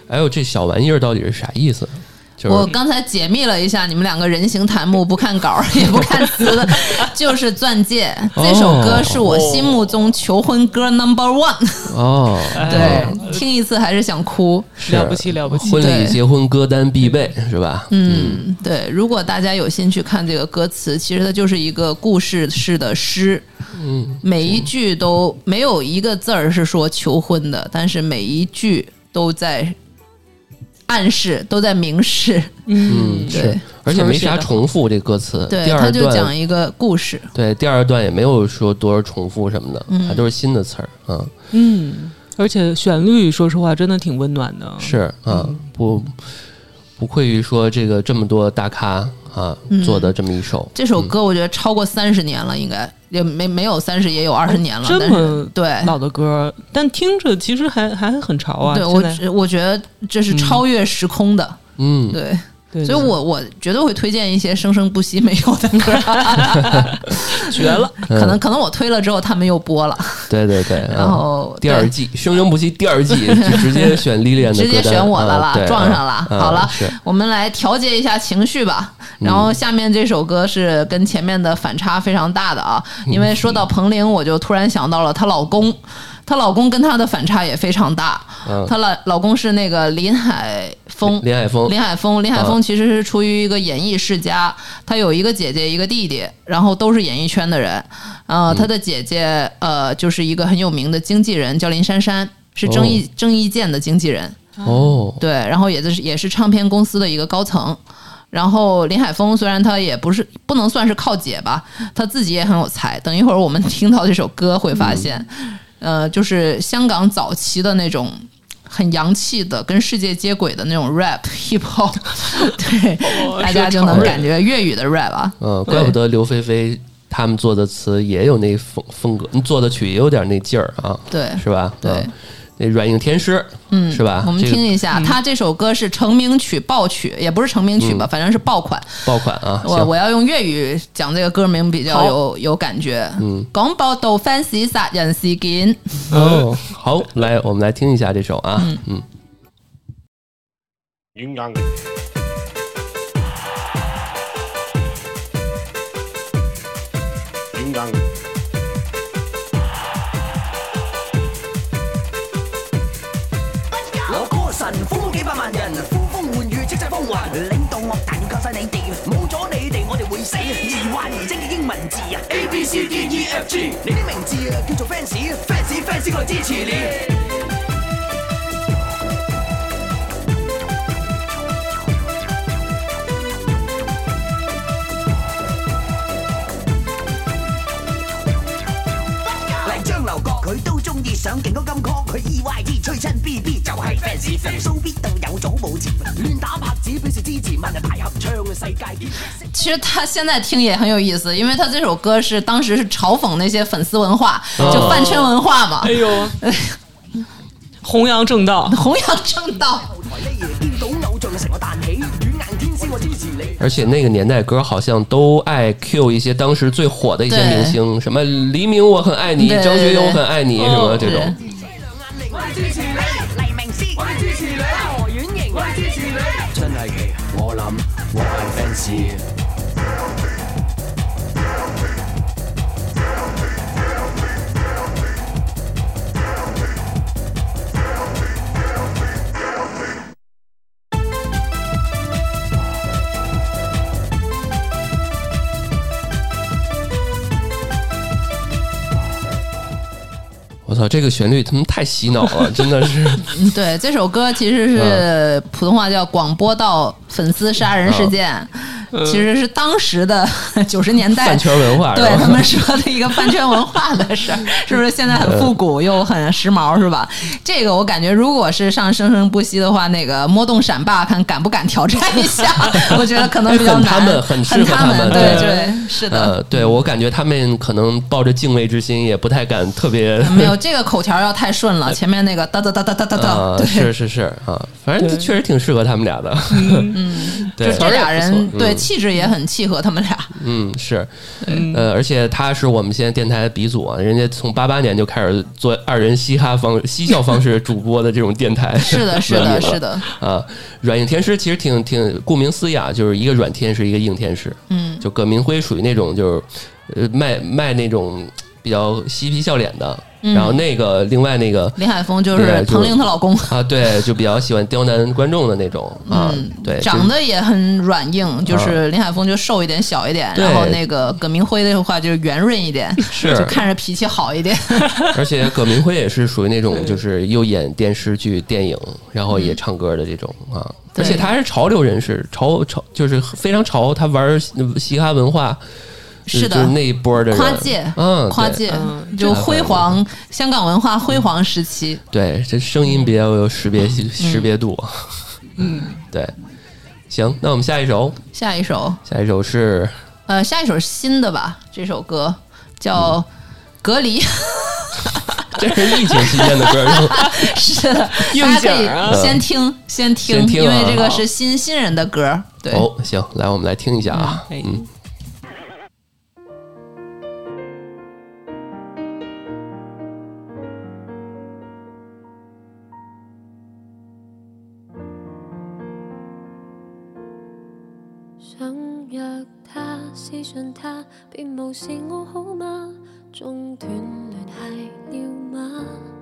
哎呦，这小玩意儿到底是啥意思？就是、 我刚才解密了一下，你们两个人形弹幕不看稿也不看词的，就是《钻戒》这首歌是我心目中求婚歌 number one。 哦， 对，听一次还是想哭， 了不起了不起。 婚礼结婚歌单必备是吧？ 嗯，对。如果大家有兴趣看这个歌词，其实它就是一个故事式的诗，嗯，每一句都没有一个字儿是说求婚的，但是每一句都在暗示，都在明示。 嗯， 对， 是，而且没啥重复这歌词。 对， 第二段他就讲一个故事。 对，第二段也没有说多少重复什么的，嗯、还都是新的词儿。嗯嗯，而且旋律说实话真的挺温暖的。 是啊，嗯、不不愧于说这个这么多大咖啊、嗯、做的这么一首。 这首歌我觉得超过三十年了，应该。也没没有三十，也有二十年了。 这么对老的歌，但听着其实还还很潮啊。 对我我觉得这是超越时空的。 嗯， 对。 对对所以我我绝对会推荐一些生生不息没有的歌。 绝了！ 可能可能我推了之后他们又播了。 对对对。 然后第二季生生不息第二季就直接选莉莉安的歌单， 直接选我的了， 嗯、 撞上了。 嗯、 好了， 我们来调节一下情绪吧。然后下面这首歌是跟前面的反差非常大的啊，因为说到彭羚，我就突然想到了她老公。她老公跟她的反差也非常大， 嗯、 她老老公是那个林海峰， 林海峰， 林海峰，林海峰其实是出于一个演艺世家，他有一个姐姐，一个弟弟，然后都是演艺圈的人。呃，他的姐姐呃就是一个很有名的经纪人，叫林珊珊，是郑伊、哦、郑伊健的经纪人。 哦， 对，然后也是也是唱片公司的一个高层。然后林海峰虽然他也不是不能算是靠姐吧，他自己也很有才。等一会儿我们听到这首歌会发现。嗯呃，就是香港早期的那种很洋气的、跟世界接轨的那种 rap hip hop， 对，哦、大家就能感觉粤语的 rap 啊。 嗯，怪不得刘菲菲他们做的词也有那风风格，做的曲也有点那劲儿啊， 对， 是吧？ 对。 嗯那软硬天师，嗯，是吧？ 我们听一下，这个、他这首歌是成名曲爆曲，也不是成名曲吧，嗯、反正是爆款。 爆款啊！ 我我要用粤语讲这个歌名比较有有感覺。嗯，講報道 fans 殺人事件。 哦，好，來，我們來聽一下這首啊，嗯。嗯風風幾百萬人，呼風喚雨，叱咤風雲，領導樂壇要靠晒你哋，冇咗你哋我哋會死。疑幻疑真嘅英文字啊 ，A B C D E F G， 你啲名字啊叫做 fans，fans fans 我嚟支持你。嚟張流角佢都中意上勁歌金曲，佢 E Y T 吹親 B B 就係 fans fans，必定有早冇前，亂打拍子表示支持，萬人大合唱嘅世界。 其實他現在聽也很有意思，因為他這首歌是當時是嘲諷那些粉絲文化，哦、就飯圈文化嘛。 哎呦，弘揚正道， 弘揚正道。 而且那个年代歌好像都爱 Q 一些当时最火的一些明星，什么黎明我很爱你，张学友我很爱你，什么这种。 真係奇，我諗我係 fans。 我操，这个旋律他们太洗脑了，真的是。 对，这首歌其实是普通话叫广播道粉丝杀人事件。嗯、其实是当时的九十年代饭圈文化， 对他们说的一个饭圈文化的事儿，是不是？现在很复古又很时髦，是吧？这个我感觉，如果是上生生不息的话，那个摸动闪霸，看敢不敢挑战一下？我觉得可能比较难。 他们很适合他们， 对对，是的。 呃，对我感觉他们可能抱着敬畏之心，也不太敢特别。 没有这个口条要太顺了，前面那个哒哒哒哒哒哒哒， 是是是啊，反正确实挺适合他们俩的。 嗯，就这俩人对。 气质也很契合他们俩。 嗯，是，呃，而且他是我们现在电台的鼻祖啊，人家从八八年就开始做二人嘻哈方嬉笑方式主播的这种电台。 是的，是的，是的。 啊，软硬天师其实挺挺顾名思义啊，就是一个软天使，一个硬天使。嗯，就葛明辉属于那种就是呃卖卖那种比较嬉皮笑脸的。嗯、然后那个另外那个林海峰就是彭玲她老公啊，对，就比较喜欢刁难观众的那种啊， 嗯、 对， 长得也很软硬，就是林海峰就瘦一点小一点，然后那个葛明辉的话就是圆润一点， 是就看着脾气好一点。 而且葛明辉也是属于那种就是又演电视剧、电影，然后也唱歌的这种啊，而且他还是潮流人士，潮潮就是非常潮，他玩嘻哈文化。 是的， 就是那一波的人跨界， 嗯， 跨界，嗯、就辉煌香港文化辉煌时期。 对，这声音比较有识别、嗯、识别度。嗯，对。行，那我们下一首， 下一首， 下一首是呃，下一首是新的吧？这首歌叫《隔离》。 这是疫情期间的歌是的，大家可以先听，先听， 先听啊、 因为这个是新新人的歌。对， 哦，行，来，我们来听一下啊，嗯。嗯想約他，私信他，便無視我好嗎？中斷聯繫了嗎？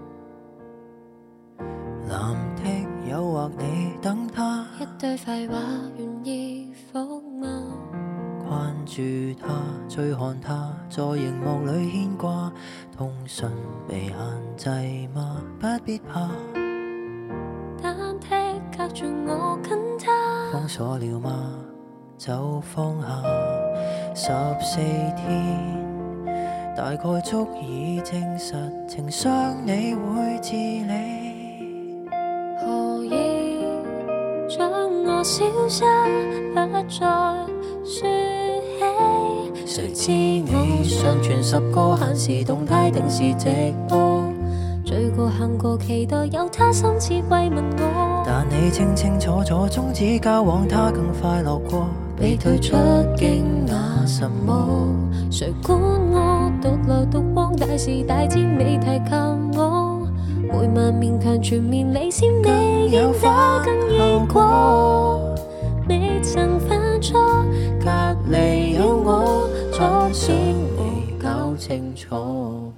藍剔誘惑你等他， 一堆廢話願意否嗎？ 關注他，追看他，在熒幕裏牽掛，通訊被限制嗎？不必怕， 單剔隔住我跟他， 封鎖了嗎？就放下十四天，大概足以證實情傷你會治理。 何以將我消失，不再説起？ 誰知你上傳十個限時動態定時直播， 醉過喊過期待有他深切慰問我， 但你清清楚楚終止交往，他更快樂過。 被退出驚訝什麼？誰管我獨流獨往，大事大戰未提及我，每晚勉強全面離線，你認得更易過。你曾犯錯， 隔離有我，阻止你搞清楚。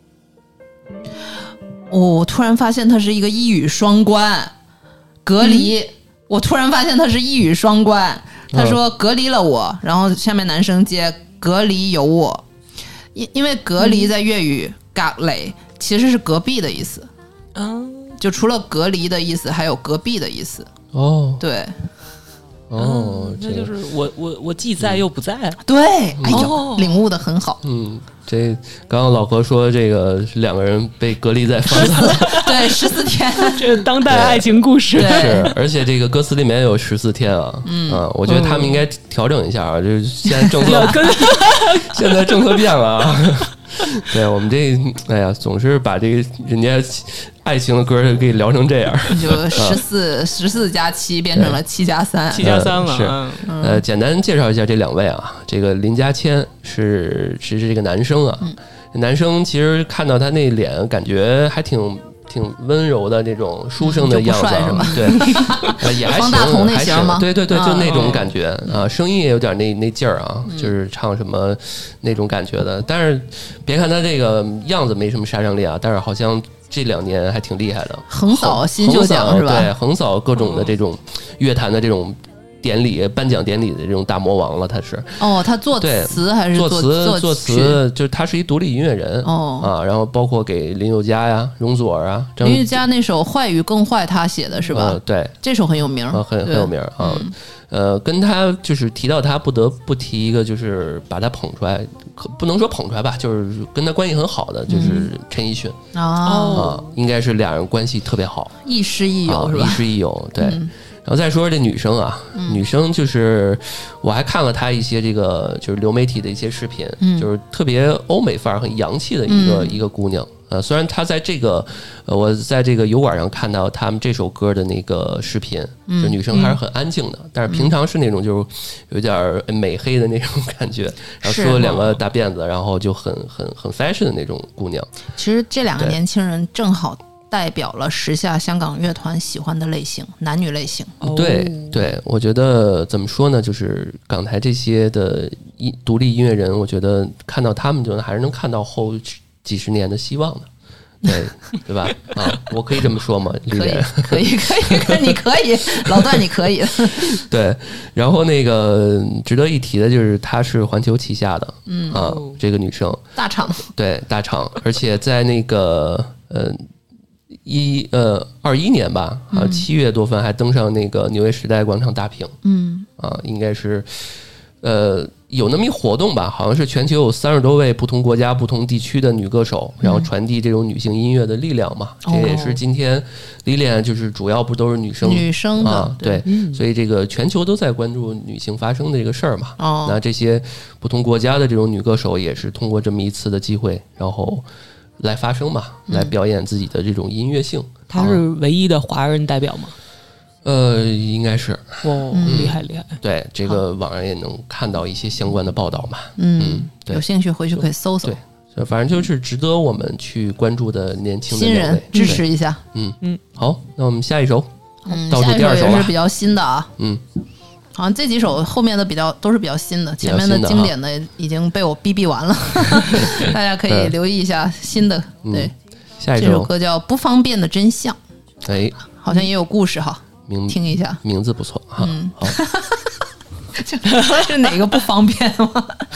我突然發現它是一個一語雙關，隔離、嗯、我突然發現它是一語雙關，他說隔離了我，然後下面男生接隔離有我，因因為隔離在粵語隔離其實是隔壁的意思，嗯，就除了隔離的意思還有隔壁的意思。 哦， 對， 哦、 嗯，那就是我我我既在又不在、啊嗯、对，哎呦、哦、領悟得很好。 嗯，这刚刚老何说这个两个人被隔离在房子， 对，十四天， 这是当代爱情故事。 是，而且这个歌词里面有十四天啊，嗯啊，我觉得他们应该调整一下啊，就是现在政策，现在政策变了啊。对，我们这哎呀，总是把这个人家爱情的歌给聊成这样， 就十四十四加七变成了七加三， 七加三了。 是，嗯、呃，简单介绍一下这两位啊，这个林家谦是是这个男生啊，嗯、男生其实看到他那脸，感觉还挺。挺温柔的这种书生的样子， 嗯、 对，呃、也还行， 方大同那型吗？ 对对对，就那种感觉、嗯、啊，声音也有点那那劲儿啊、嗯，就是唱什么那种感觉的。但是别看他这个样子没什么杀伤力啊，但是好像这两年还挺厉害的， 横扫新秀奖是吧？ 对，横扫各种的这种乐坛的这种。典礼颁奖典礼的这种大魔王了，他是哦，他作词还是作词作词，就是他是一独立音乐人哦啊，然后包括给林宥嘉呀、容祖儿啊， 林宥嘉那首《坏与更坏》他写的是吧？ 呃、对， 这首很有名， 啊、很很有名啊。嗯、呃，跟他就是提到他，不得不提一个，就是把他捧出来，可不能说捧出来吧，就是跟他关系很好的，就是陈奕迅、嗯、啊，应该是俩人关系特别好， 亦师亦友、啊、是吧？ 亦师亦友，对。嗯，然后再说说这女生啊、嗯，女生就是我还看了她一些这个就是流媒体的一些视频，嗯、就是特别欧美范儿、很洋气的一个、嗯、一个姑娘呃，虽然他在这个，呃，我在这个油管上看到他们这首歌的那个视频，嗯，就女生还是很安静的，嗯、但是平常是那种就是有点美黑的那种感觉，然后梳了两个大辫子，然后就很很很 fashion 的那种姑娘。 其实这两个年轻人正好代表了时下香港乐团喜欢的类型，男女类型。 对对，我觉得怎么说呢，就是港台这些的音独立音乐人，我觉得看到他们就还是能看到后几十年的希望的。对对吧？啊，我可以这么说吗？ 可以，可以，可以，可以，你可以，老段你可以。 对，然后那个值得一提的就是，她是环球旗下的，嗯啊，这个女生大厂， 对大厂，而且在那个呃一呃二一年吧，啊七月多份还登上那个纽约时代广场大屏，嗯啊，应该是呃。有那么一活动吧，好像是全球有三十多位不同国家、不同地区的女歌手，然后传递这种女性音乐的力量嘛。嗯、这也是今天 Lilian 就是主要不都是女生女生的啊，对，嗯、所以这个全球都在关注女性发声的这个事儿嘛。哦，那这些不同国家的这种女歌手也是通过这么一次的机会，然后来发声嘛，嗯、来表演自己的这种音乐性。 她是唯一的华人代表吗？ 呃，应该是哦，厉害厉害。 对，这个网上也能看到一些相关的报道嘛。 嗯，嗯对，有兴趣回去可以搜搜。 对，反正就是值得我们去关注的年轻的新人，支持一下。 嗯嗯，好，那我们下一首， 嗯， 倒数第二首也是比较新的啊。 嗯， 好像这几首后面的比较都是比较新的，前面的经典的已经被我逼逼完了，大家可以留意一下新的。对， 嗯、下一首这首歌叫《不方便的真相》。 哎， 好像也有故事哈。听一下， 名字不错哈。嗯，好， 是哪个不方便吗？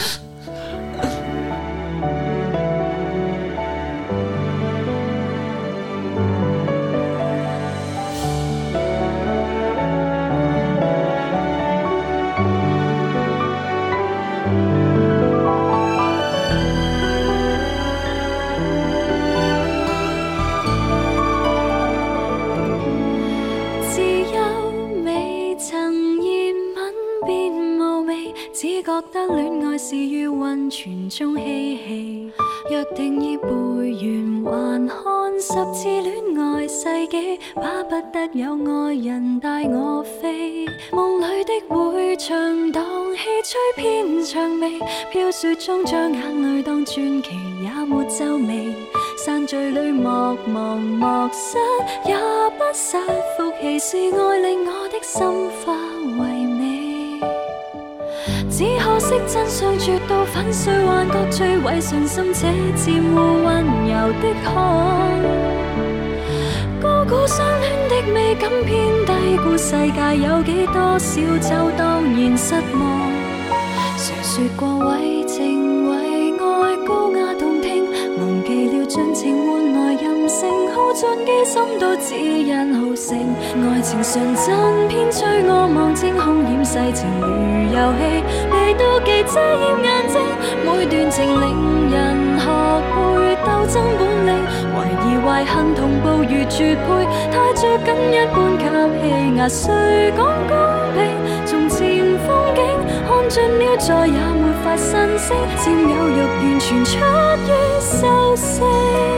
覺得戀愛是於溫泉中嬉戲，約定已背完還看十次戀愛世紀，巴不得有愛人帶我飛，夢裏的會場蕩氣吹遍薔薇，飄雪中將眼淚當傳奇也沒皺眉，散聚裏莫忘莫失也不失福氣，是愛令我的心化為美。只可惜真相絕到粉碎幻覺，摧毀信心這漸互溫柔的看，高估相戀的美感偏低估世界有幾多少，就當然失望。誰說過為情為愛高雅動聽，忘記了盡情換來任性，耗盡機心都只因好勝。愛情純真偏催我望天空掩世情如遊戲，被妒忌遮掩眼睛，每段情令人學會鬥爭本領，懷疑懷恨同步如絕配，太着緊一般吸氣壓誰講公平？從前風景看盡了再也沒法新聲，佔有欲完全出於獸性。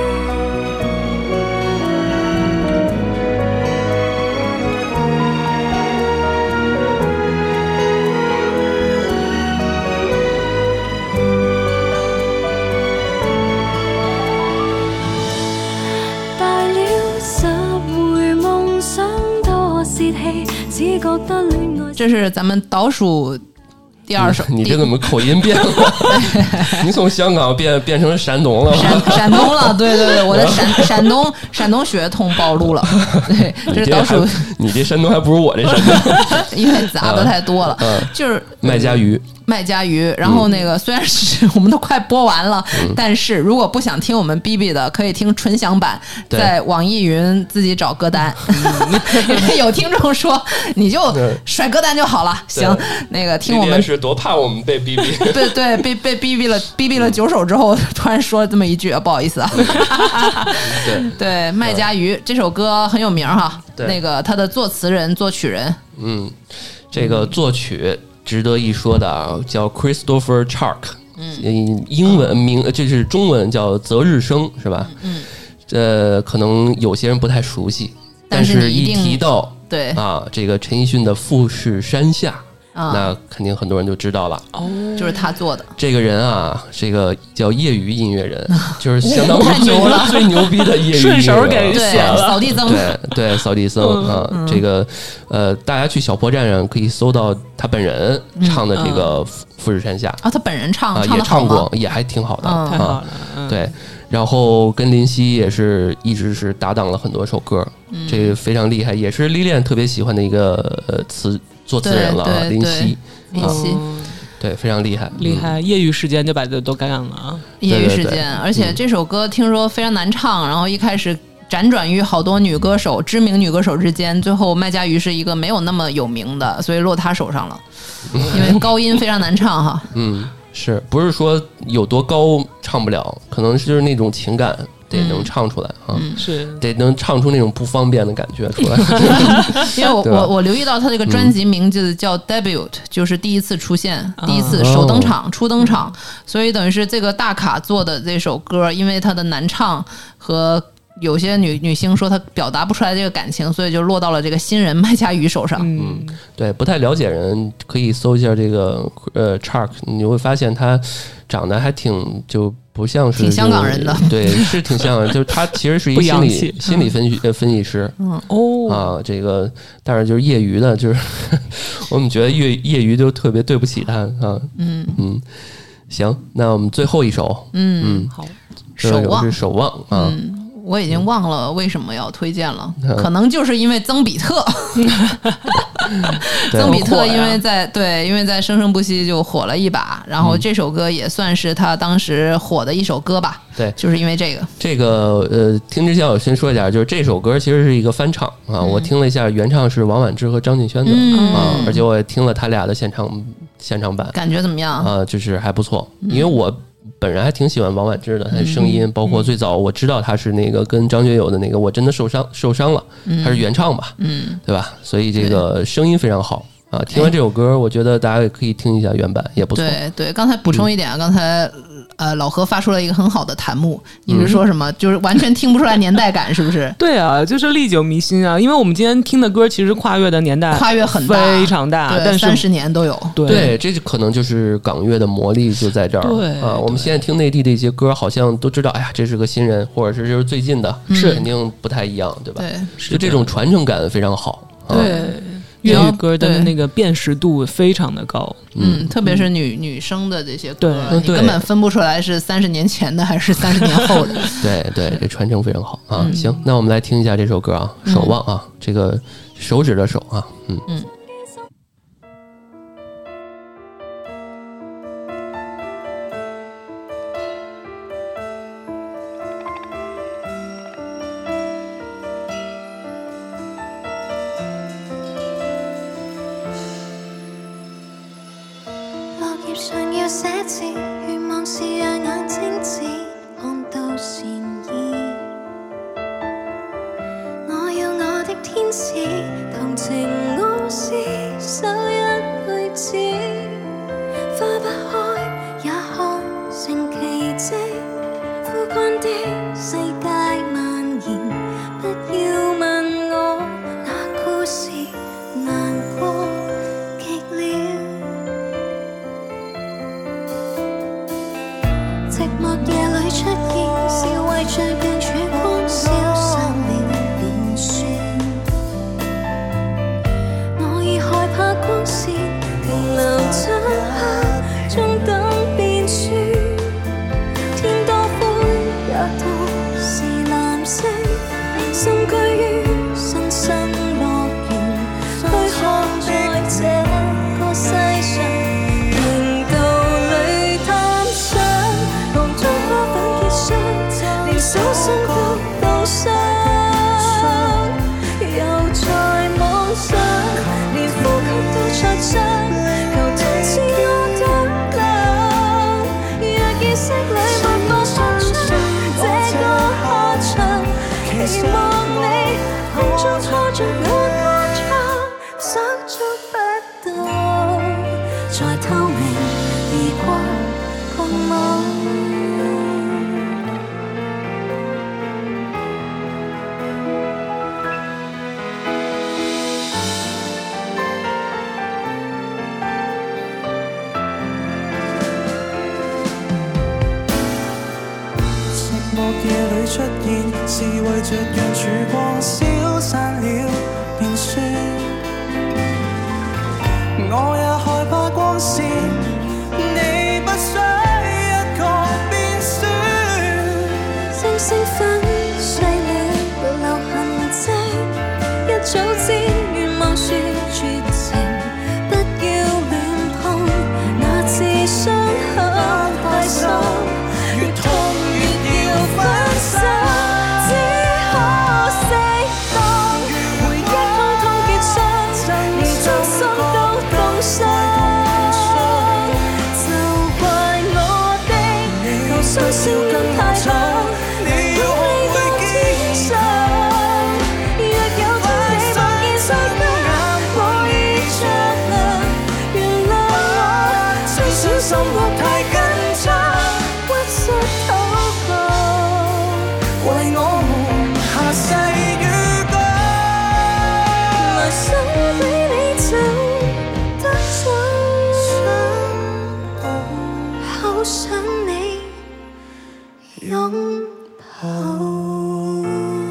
这是咱们倒数第二首。 你这怎么口音变了？你从香港变变成山东了？ 山山东了，对对对，我的山山东山东血统暴露了。对，这是倒数。 你这山东还不如我这山东， 因为杂的太多了。嗯，就是麦家鱼。 麦家鱼，然后那个、嗯、虽然是我们都快播完了、嗯，但是如果不想听我们 B B 的，可以听纯享版，在网易云自己找歌单。因为有听众说，你就甩歌单就好了。行，那个听我们是多怕我们被 B B， 对对，被被 B B 了 B B 了九首之后，突然说这么一句，不好意思啊。 对对，麦家鱼、嗯、这首歌很有名哈，那个他的作词人、作曲人， 嗯，这个作曲。值得一说的啊，叫 Christopher Chark 嗯，英文名这是中文叫择日生是吧？ 嗯， 呃，可能有些人不太熟悉， 但是一提到对啊，这个陈奕迅的《富士山下》。 啊、 那肯定很多人就知道了哦，就是他做的这个人啊，这个叫业余音乐人，就是相当于最牛了最牛逼的业余音乐人， 顺手给写了扫地僧， 对对，扫地僧、嗯、啊、嗯，这个呃，大家去小破站上可以搜到他本人唱的这个《富士山下》 啊，他本人唱啊，也唱过，也还挺好的， 嗯、 太好了、 嗯，对。然后跟林夕也是一直是搭档了很多首歌，嗯、这个非常厉害，也是历练特别喜欢的一个呃词作词人了啊，林夕， 林夕、 嗯，对，非常厉害， 厉害，业余时间就把这都干了啊， 业余时间，而且这首歌听说非常难唱，然后一开始辗转于好多女歌手、知名女歌手之间，最后麦家瑜是一个没有那么有名的，所以落他手上了，因为高音非常难唱哈， 嗯。是不是说有多高唱不了？可能是那种情感得能唱出来、嗯、啊， 是得能唱出那种不方便的感觉出来。 因为我我我留意到他这个专辑名字叫 Debut，、嗯、就是第一次出现、嗯、第一次首登场、哦、初登场，所以等于是这个大卡做的这首歌，因为它的难唱和。有些女女星说她表达不出来这个感情，所以就落到了这个新人麦家瑜手上。 嗯，对，不太了解人可以搜一下这个呃 Chark， 你会发现他长得还挺就不像是挺香港人的， 对，是挺像的，就是他其实是一个心理心理分析呃分析师。 嗯哦啊，这个但是就是业余的，就是我们觉得业业余就特别对不起他啊。 嗯嗯，行，那我们最后一首， 嗯嗯好， 守望是守望啊。 嗯我已经忘了为什么要推荐了，嗯、可能就是因为曾比特。曾比特因为在对，因为在生生不息就火了一把，然后这首歌也算是他当时火的一首歌吧。 对， 就是因为这个。 这个呃，听之前我先说一下，就是这首歌其实是一个翻唱啊，嗯、我听了一下，原唱是王菀之和张敬轩的、嗯、啊，而且我也听了他俩的现场现场版， 感觉怎么样啊？就是还不错，因为我。本人还挺喜欢王菀之的，她的声音，包括最早我知道她是那个跟张学友的那个我真的受伤受伤了，她是原唱吧， 嗯， 对吧？所以这个声音非常好啊。听完这首歌，我觉得大家也可以听一下原版，也不错。 对对，刚才补充一点，嗯、刚才呃老何发出了一个很好的弹幕，你是说什么？嗯、就是完全听不出来年代感，是不是？ 对啊，就是历久弥新啊。因为我们今天听的歌其实跨越的年代跨越很大， 非常大，但是三十年都有。 对， 对，这可能就是港乐的魔力就在这儿。 对啊，我们现在听内地的一些歌，好像都知道，哎呀，这是个新人，或者是就是最近的， 是肯定不太一样，对吧？ 对， 就这种传承感非常好。 啊、对。粤语歌的那个辨识度非常的高， 嗯，嗯特别是女、嗯、女生的这些歌， 对， 你根本分不出来是三十年前的还是三十年后的。 对对，这传承非常好啊！ 嗯、 行，那我们来听一下这首歌啊，《守望》啊，嗯、这个手指的手啊，嗯嗯。 常要寫字，願望是讓眼睛只看到善意。我要我的天使同情我是手一輩子，花不開也看成奇蹟，枯乾的世界蔓延，不要問我那故事難過極了。寂寞夜裏是為着讓曙光消散了便算。我也害怕光線，你不需一個便算。 星星粉碎了留痕跡，一早知願望說絕情，不要亂碰那次傷口太深，越痛越要分手。只可惜當回憶通通結霜，你將心都凍傷，就怪我的求生小更太長。生活太緊張，屈膝禱告，為我們下世預告。來生比你走得早，好想你擁抱。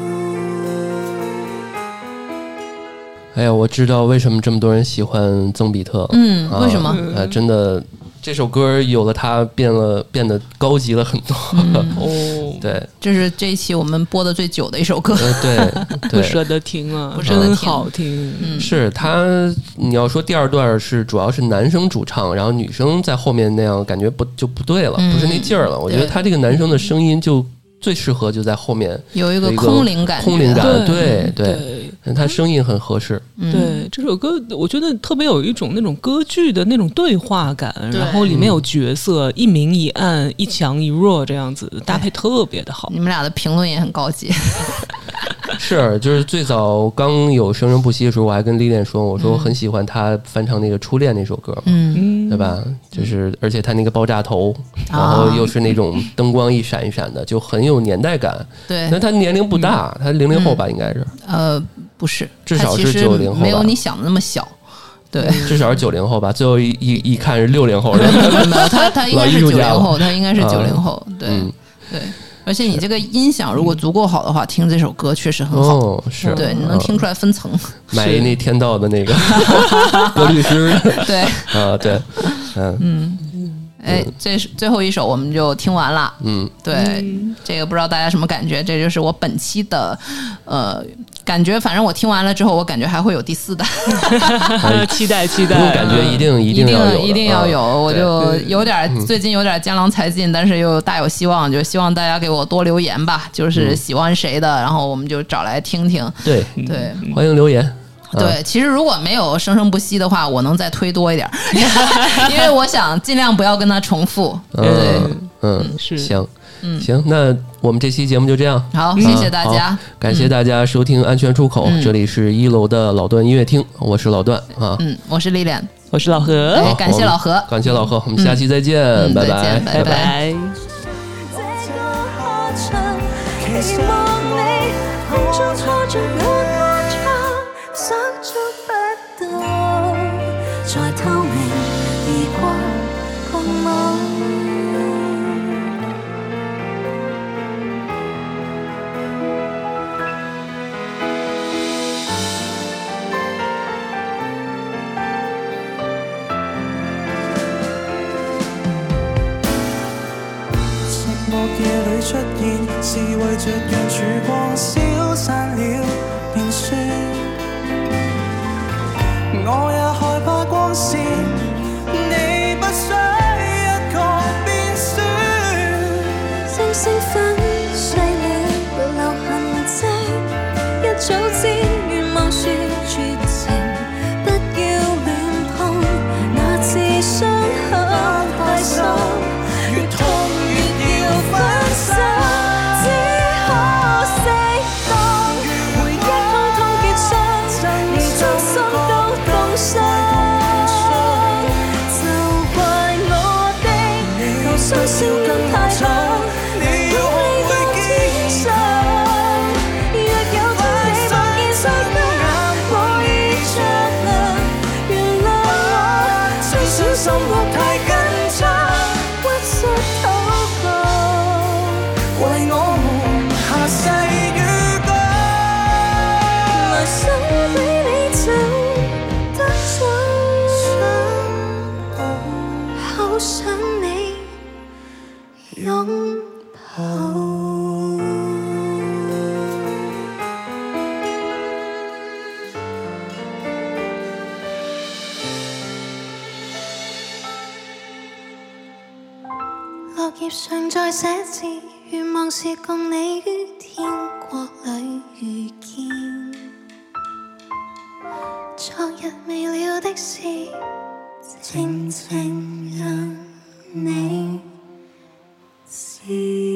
哎呀，我知道为什么这么多人喜欢曾比特。 嗯，为什么？ 啊，真的。这首歌有了它变了变得高级了很多。 嗯、 哦，对， 这是这一期我们播的最久的一首歌。 呃、对, 对， 不舍得听啊， 不舍得听， 好听。 嗯， 是他，你要说第二段是主要是男生主唱，然后女生在后面那样感觉不就不对了，嗯、不是那劲儿了。我觉得他这个男生的声音就最适合就在后面有一个空灵感， 空灵感， 对对对，他声音很合适。 嗯、对这首歌，我觉得特别有一种那种歌剧的那种对话感，然后里面有角色、嗯、一明一暗，一强一弱，这样子搭配特别的好。 你们俩的评论也很高级。 是，就是最早刚有生生不息的时候，我还跟丽莲说，我说我很喜欢他翻唱那个《初恋》那首歌， 嗯， 对吧？就是而且他那个爆炸头，然后又是那种灯光一闪一闪的，就很有年代感。 对， 那他年龄不大， 嗯、 他零零后吧，应该是。 呃，不是， 至少是九零后， 没有你想的那么小。对， 至少是九零后吧。最后一一一看是六零后的， 他他应该是九零后，他应该是九零后。对、 嗯、 对。而且你这个音响如果足够好的话，听这首歌确实很好。 哦，是， 对，你能听出来分层。 买那天道的那个歌律师。 对， 啊，对，嗯嗯。哎，这是最后一首，我们就听完了。 嗯， 对，嗯、这个不知道大家什么感觉？这就是我本期的呃感觉。反正我听完了之后，我感觉还会有第四弹。 期待期待， 不用感觉一定一定要有， 一定要有。 啊、 我就有点、嗯、最近有点江郎才尽，但是又大有希望，就希望大家给我多留言吧。就是喜欢谁的，嗯、然后我们就找来听听。 对对， 欢迎留言。 对，其实如果没有生生不息的话，我能再推多一点，因为我想尽量不要跟他重复。对， 嗯，嗯是行，嗯，行，那我们这期节目就这样。 好，谢谢大家， 感谢大家收听安全出口， 嗯、 这里是一楼的老段音乐厅，我是老段啊， 嗯，我是丽莲， 我是老何， 哎，感谢老何， 感谢老何，我们下期再见， 嗯、 拜拜， 拜拜。 想觸不到，在透明異國共舞。寂寞夜裏出現，是為着讓曙光消散了便算。我也害怕光線，你不需一個便算。星星粉碎了留痕跡，一早知願望說絕情，不要亂碰那次傷口太深，越痛越要分手。只可惜當回憶通通結霜，你將心都凍傷， 落葉上再寫字，願望是共你於天國裏遇見。昨日未了的事，靜靜讓你知。